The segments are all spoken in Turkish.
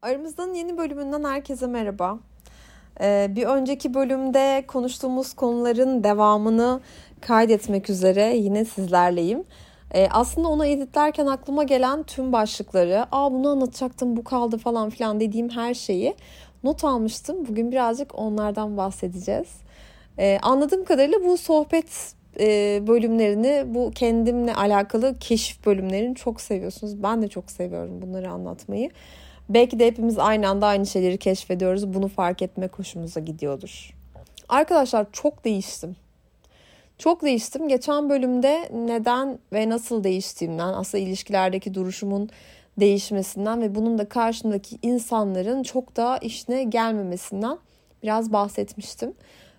Aramızdan yeni bölümünden herkese merhaba. Bir önceki bölümde konuştuğumuz konuların devamını kaydetmek üzere yine sizlerleyim. Aslında onu editlerken aklıma gelen tüm başlıkları, bunu anlatacaktım, bu kaldı falan filan dediğim her şeyi not almıştım. Bugün birazcık onlardan bahsedeceğiz. Anladığım kadarıyla bu sohbet bölümlerini, bu kendimle alakalı keşif bölümlerini çok seviyorsunuz. Ben de çok seviyorum bunları anlatmayı. Belki de hepimiz aynı anda aynı şeyleri keşfediyoruz. Bunu fark etmek hoşumuza gidiyordur. Arkadaşlar çok değiştim. Çok değiştim. Geçen bölümde neden ve nasıl değiştiğimden, aslında ilişkilerdeki duruşumun değişmesinden ve bunun da karşımdaki insanların çok daha işine gelmemesinden biraz bahsetmiştim.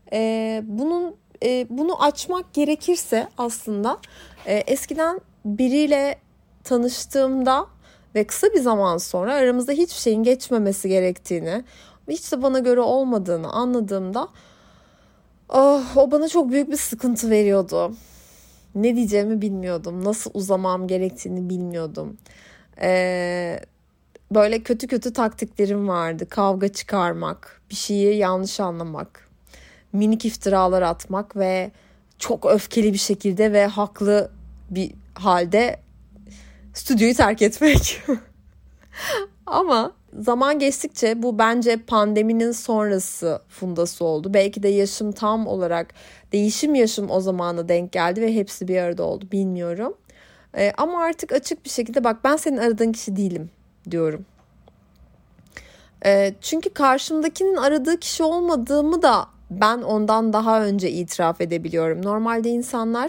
Bunu açmak gerekirse aslında eskiden biriyle tanıştığımda ve kısa bir zaman sonra aramızda hiçbir şeyin geçmemesi gerektiğini, hiç de bana göre olmadığını anladığımda o bana çok büyük bir sıkıntı veriyordu. Ne diyeceğimi bilmiyordum. Nasıl uzamam gerektiğini bilmiyordum. Böyle kötü kötü taktiklerim vardı. Kavga çıkarmak, bir şeyi yanlış anlamak, minik iftiralar atmak ve çok öfkeli bir şekilde ve haklı bir halde stüdyoyu terk etmek. Ama zaman geçtikçe bu bence pandeminin sonrası fundası oldu. Belki de yaşım tam olarak değişim yaşım o zamana denk geldi ve hepsi bir arada oldu, bilmiyorum. Ama artık açık bir şekilde bak, ben senin aradığın kişi değilim diyorum. Çünkü karşımdakinin aradığı kişi olmadığımı da ben ondan daha önce itiraf edebiliyorum. Normalde insanlar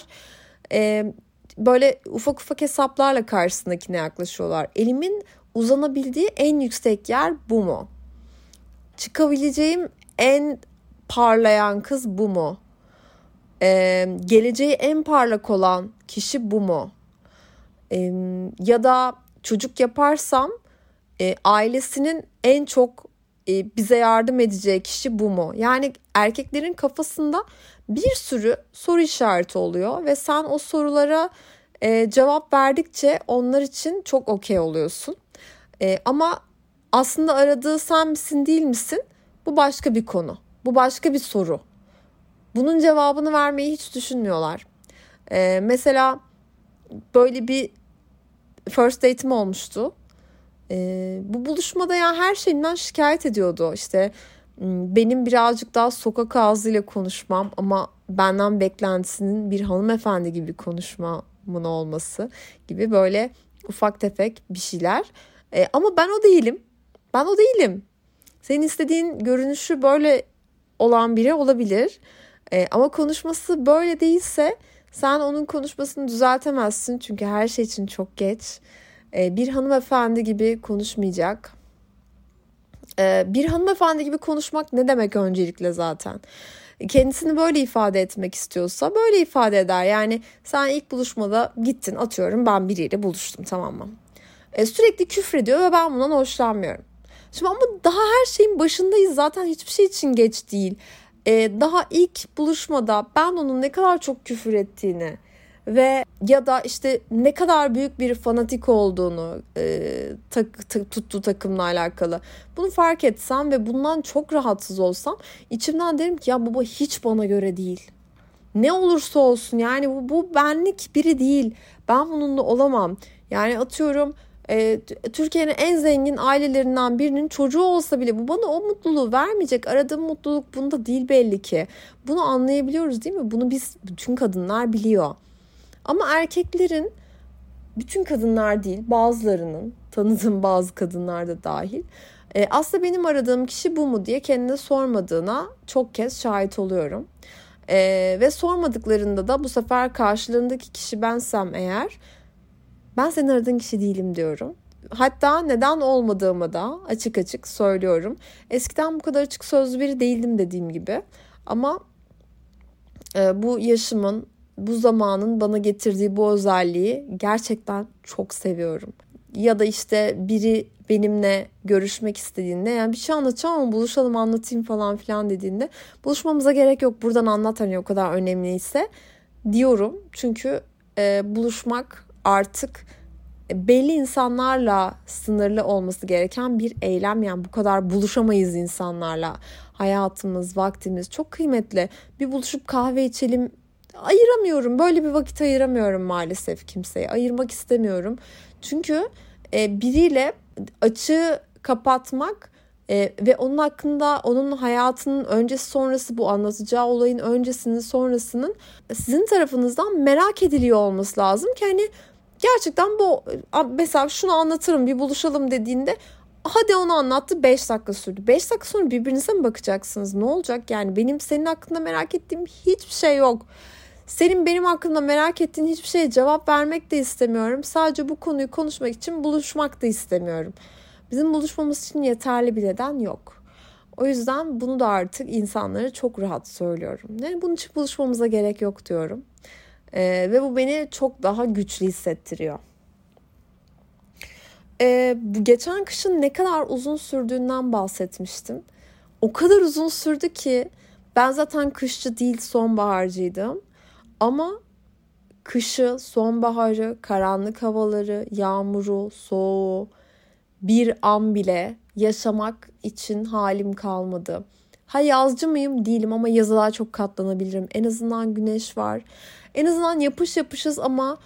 böyle ufak ufak hesaplarla karşısındakine yaklaşıyorlar. Elimin uzanabildiği en yüksek yer bu mu? Çıkabileceğim en parlayan kız bu mu? Geleceği en parlak olan kişi bu mu? Ya da çocuk yaparsam ailesinin en çok bize yardım edeceği kişi bu mu? Yani erkeklerin kafasında bir sürü soru işareti oluyor ve sen o sorulara cevap verdikçe onlar için çok okey oluyorsun. Ama aslında aradığı sen misin değil misin? Bu başka bir konu. Bu başka bir soru. Bunun cevabını vermeyi hiç düşünmüyorlar. Mesela böyle bir first date'im olmuştu. Bu buluşmada ya her şeyinden şikayet ediyordu. İşte benim birazcık daha sokak ağzıyla konuşmam ama benden beklentisinin bir hanımefendi gibi konuşmamın olması gibi böyle ufak tefek bir şeyler. Ama ben o değilim. Ben o değilim. Senin istediğin görünüşü böyle olan biri olabilir. Ama konuşması böyle değilse sen onun konuşmasını düzeltemezsin. Çünkü her şey için çok geç. Bir hanımefendi gibi konuşmayacak. Bir hanımefendi gibi konuşmak ne demek öncelikle zaten? Kendisini böyle ifade etmek istiyorsa böyle ifade eder. Yani sen ilk buluşmada gittin, atıyorum ben biriyle buluştum, tamam mı? Sürekli küfrediyor ve ben bundan hoşlanmıyorum. Şimdi ama daha her şeyin başındayız, zaten hiçbir şey için geç değil. Daha ilk buluşmada ben onun ne kadar çok küfür ettiğini ve ya da işte ne kadar büyük bir fanatik olduğunu tuttuğu takımla alakalı bunu fark etsem ve bundan çok rahatsız olsam, içimden derim ki ya bu hiç bana göre değil. Ne olursa olsun yani bu benlik biri değil. Ben bununla olamam. Yani atıyorum Türkiye'nin en zengin ailelerinden birinin çocuğu olsa bile bu bana o mutluluğu vermeyecek. Aradığım mutluluk bunda değil belli ki. Bunu anlayabiliyoruz değil mi? Bunu biz bütün kadınlar biliyor. Ama erkeklerin, bütün kadınlar değil bazılarının, tanıdığım bazı kadınlar da dahil, aslında benim aradığım kişi bu mu diye kendine sormadığına çok kez şahit oluyorum. Ve sormadıklarında da bu sefer karşılarındaki kişi bensem eğer, ben senin aradığın kişi değilim diyorum. Hatta neden olmadığımı da açık açık söylüyorum. Eskiden bu kadar açık sözlü biri değildim dediğim gibi. Ama bu yaşımın, bu zamanın bana getirdiği bu özelliği gerçekten çok seviyorum. Ya da işte biri benimle görüşmek istediğinde, yani bir şey anlatacağım ama buluşalım anlatayım falan filan dediğinde, buluşmamıza gerek yok, buradan anlat hani o kadar önemliyse diyorum. Çünkü buluşmak artık belli insanlarla sınırlı olması gereken bir eylem. Yani bu kadar buluşamayız insanlarla. Hayatımız, vaktimiz çok kıymetli. Bir buluşup kahve içelim ayıramıyorum. Böyle bir vakit ayıramıyorum maalesef kimseye. Ayırmak istemiyorum. Çünkü biriyle açığı kapatmak ve onun hakkında, onun hayatının öncesi sonrası, bu anlatacağı olayın öncesinin sonrasının sizin tarafınızdan merak ediliyor olması lazım ki hani gerçekten bu, mesela şunu anlatırım bir buluşalım dediğinde hadi onu anlattı 5 dakika sürdü. 5 dakika sonra birbirinize mi bakacaksınız? Ne olacak yani? Benim senin hakkında merak ettiğim hiçbir şey yok. Senin benim hakkında merak ettiğin hiçbir şeye cevap vermek de istemiyorum. Sadece bu konuyu konuşmak için buluşmak da istemiyorum. Bizim buluşmamız için yeterli bir neden yok. O yüzden bunu da artık insanlara çok rahat söylüyorum. Yani bunun için buluşmamıza gerek yok diyorum. Ve bu beni çok daha güçlü hissettiriyor. Geçen kışın ne kadar uzun sürdüğünden bahsetmiştim. O kadar uzun sürdü ki ben zaten kışçı değil sonbaharcıydım. Ama kışı, sonbaharı, karanlık havaları, yağmuru, soğuğu bir an bile yaşamak için halim kalmadı. Ha yazcı mıyım? Değilim ama yaza daha çok katlanabilirim. En azından güneş var. En azından yapış yapışız ama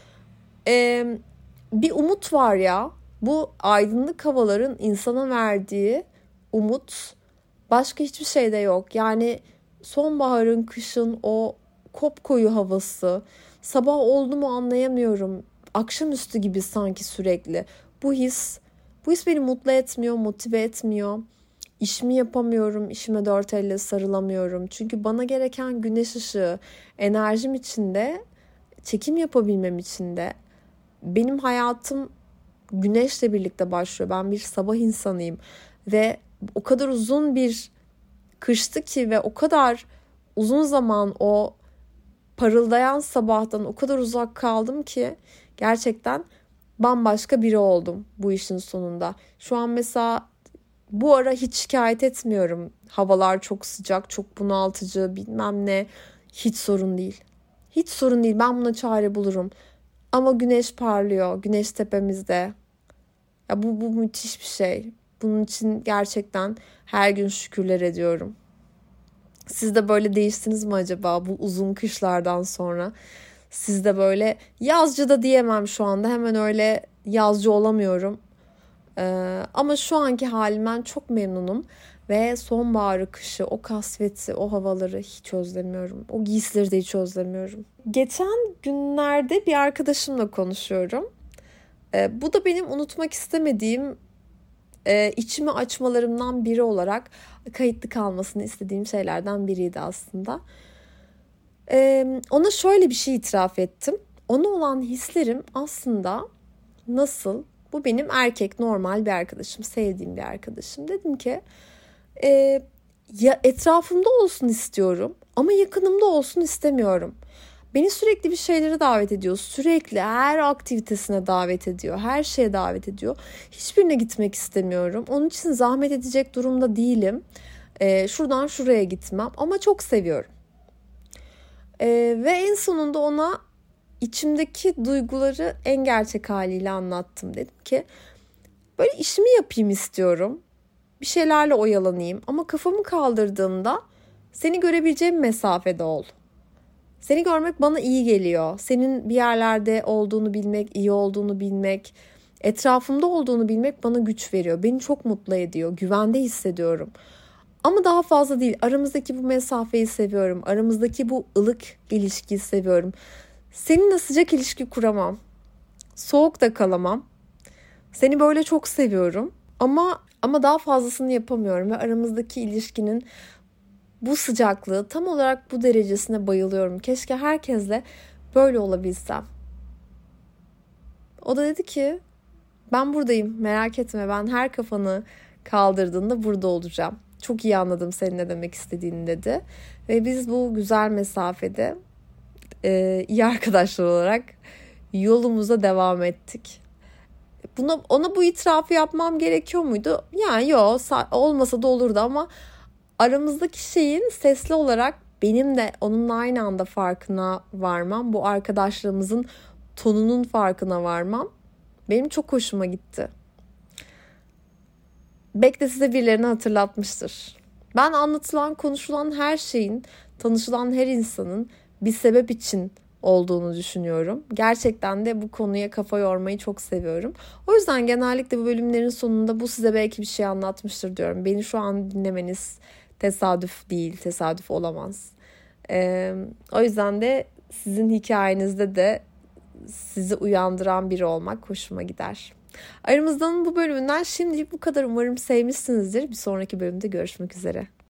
bir umut var ya. Bu aydınlık havaların insana verdiği umut başka hiçbir şeyde yok. Yani sonbaharın, kışın o kopkoyu havası, sabah oldu mu anlayamıyorum. Akşamüstü gibi sanki sürekli. Bu his beni mutlu etmiyor, motive etmiyor. İşimi yapamıyorum, işime dört elle sarılamıyorum. Çünkü bana gereken güneş ışığı, enerjim içinde, çekim yapabilmem için de benim hayatım güneşle birlikte başlıyor. Ben bir sabah insanıyım ve o kadar uzun bir kıştı ki ve o kadar uzun zaman o parıldayan sabahtan o kadar uzak kaldım ki gerçekten bambaşka biri oldum bu işin sonunda. Şu an mesela bu ara hiç şikayet etmiyorum. Havalar çok sıcak, çok bunaltıcı, bilmem ne. Hiç sorun değil. Hiç sorun değil. Ben buna çare bulurum. Ama güneş parlıyor. Güneş tepemizde. Ya bu müthiş bir şey. Bunun için gerçekten her gün şükürler ediyorum. Siz de böyle değiştiniz mi acaba bu uzun kışlardan sonra? Siz de böyle yazcı da diyemem şu anda. Hemen öyle yazcı olamıyorum. Ama şu anki halimden çok memnunum. Ve sonbaharı, kışı, o kasveti, o havaları hiç özlemiyorum. O giysileri de hiç özlemiyorum. Geçen günlerde bir arkadaşımla konuşuyorum. Bu da benim unutmak istemediğim, içimi açmalarımdan biri olarak kayıtlı kalmasını istediğim şeylerden biriydi aslında. Ona şöyle bir şey itiraf ettim. Ona olan hislerim aslında nasıl? Bu benim erkek normal bir arkadaşım, sevdiğim bir arkadaşım. Dedim ki ya etrafımda olsun istiyorum ama yakınımda olsun istemiyorum. Beni sürekli bir şeylere davet ediyor. Sürekli her aktivitesine davet ediyor. Her şeye davet ediyor. Hiçbirine gitmek istemiyorum. Onun için zahmet edecek durumda değilim. Şuradan şuraya gitmem ama çok seviyorum. Ve en sonunda ona içimdeki duyguları en gerçek haliyle anlattım. Dedim ki böyle işimi yapayım istiyorum. Bir şeylerle oyalanayım ama kafamı kaldırdığımda seni görebileceğim mesafede ol. Seni görmek bana iyi geliyor. Senin bir yerlerde olduğunu bilmek, iyi olduğunu bilmek, etrafımda olduğunu bilmek bana güç veriyor. Beni çok mutlu ediyor. Güvende hissediyorum. Ama daha fazla değil. Aramızdaki bu mesafeyi seviyorum. Aramızdaki bu ılık ilişkiyi seviyorum. Seninle sıcak ilişki kuramam. Soğuk da kalamam. Seni böyle çok seviyorum. Ama daha fazlasını yapamıyorum ve aramızdaki ilişkinin bu sıcaklığı tam olarak bu derecesine bayılıyorum. Keşke herkesle böyle olabilsem. O da dedi ki ben buradayım, merak etme, ben her kafanı kaldırdığında burada olacağım. Çok iyi anladım senin ne demek istediğini dedi. Ve biz bu güzel mesafede iyi arkadaşlar olarak yolumuza devam ettik. Ona bu itirafı yapmam gerekiyor muydu? Yani yok, olmasa da olurdu ama aramızdaki şeyin sesli olarak benim de onunla aynı anda farkına varmam, bu arkadaşlığımızın tonunun farkına varmam Benim çok hoşuma gitti. Belki de size birilerini hatırlatmıştır. Ben anlatılan, konuşulan her şeyin, tanışılan her insanın bir sebep için olduğunu düşünüyorum. Gerçekten de bu konuya kafa yormayı çok seviyorum. O yüzden genellikle bu bölümlerin sonunda bu size belki bir şey anlatmıştır diyorum. Beni şu an dinlemeniz tesadüf değil, tesadüf olamaz. O yüzden de sizin hikayenizde de sizi uyandıran biri olmak hoşuma gider. Aramızdan bu bölümünden şimdilik bu kadar. Umarım sevmişsinizdir. Bir sonraki bölümde görüşmek üzere.